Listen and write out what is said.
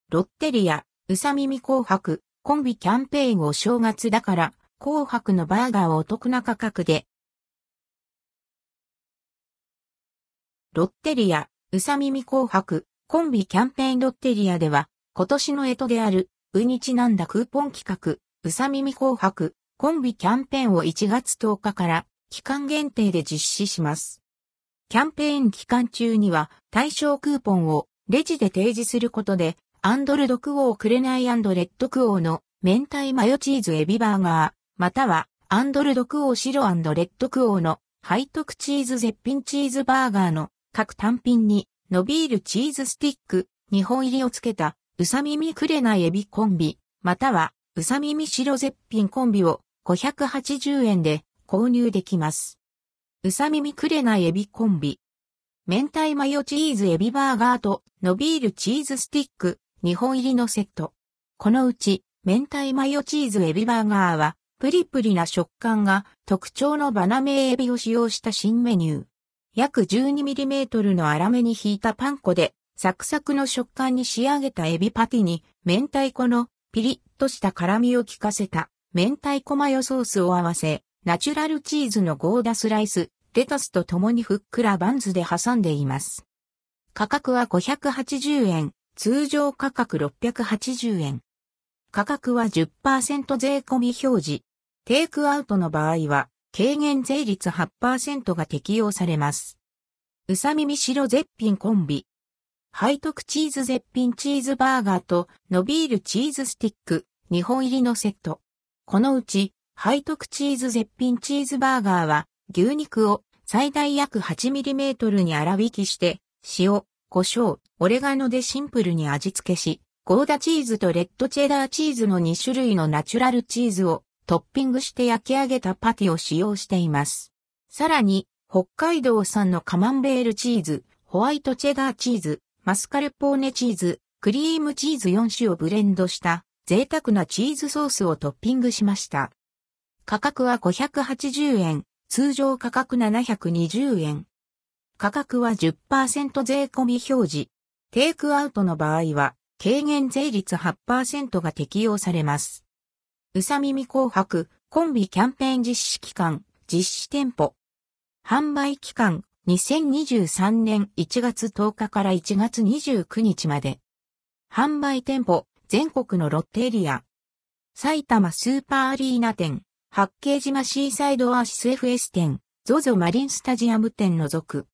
ロッテリア、うさ耳紅白、コンビキャンペーンお正月だから、紅白のバーガーをお得な価格で。ロッテリア、うさ耳紅白、コンビキャンペーンロッテリアでは、今年の干支である、うにちなんだクーポン企画、うさ耳紅白、コンビキャンペーンを1月10日から期間限定で実施します。キャンペーン期間中には対象クーポンをレジで提示することで、アンドルドクオークレナイ&レッドクオーの明太マヨチーズエビバーガー、またはアンドルドクオー白&レッドクオーの背徳チーズ絶品チーズバーガーの各単品にのびーるチーズスティック2本入りをつけたうさ耳くれないエビコンビ、またはうさ耳白絶品コンビを580円で購入できます。うさ耳くれないエビコンビ。明太マヨチーズエビバーガーとのびーるチーズスティック2本入りのセット。このうち明太マヨチーズエビバーガーはプリプリな食感が特徴のバナメイエビを使用した新メニュー。約 12mm の粗めに引いたパン粉でサクサクの食感に仕上げたエビパティに明太子のピリッとした辛みを効かせた明太子マヨソースを合わせ、ナチュラルチーズのゴーダスライス、レタスと共にふっくらバンズで挟んでいます。価格は580円、通常価格680円。価格は 10% 税込み表示。テイクアウトの場合は、軽減税率 8% が適用されます。うさ耳白絶品コンビ。背徳チーズ絶品チーズバーガーとのびーるチーズスティック2本入りのセット。このうち、背徳チーズ絶品チーズバーガーは、牛肉を最大約 8mm に粗挽きして、塩、胡椒、オレガノでシンプルに味付けし、ゴーダチーズとレッドチェダーチーズの2種類のナチュラルチーズをトッピングして焼き上げたパティを使用しています。さらに、北海道産のカマンベールチーズ、ホワイトチェダーチーズ、マスカルポーネチーズ、クリームチーズ4種をブレンドした贅沢なチーズソースをトッピングしました。価格は580円、通常価格720円。価格は 10% 税込み表示。テイクアウトの場合は、軽減税率 8% が適用されます。うさ耳紅白、コンビキャンペーン実施期間、実施店舗。販売期間、2023年1月10日から1月29日まで。販売店舗、全国のロッテエリア。埼玉スーパーアリーナ店、八景島シーサイドオアシス FS 店、ZOZO マリンスタジアム店除く。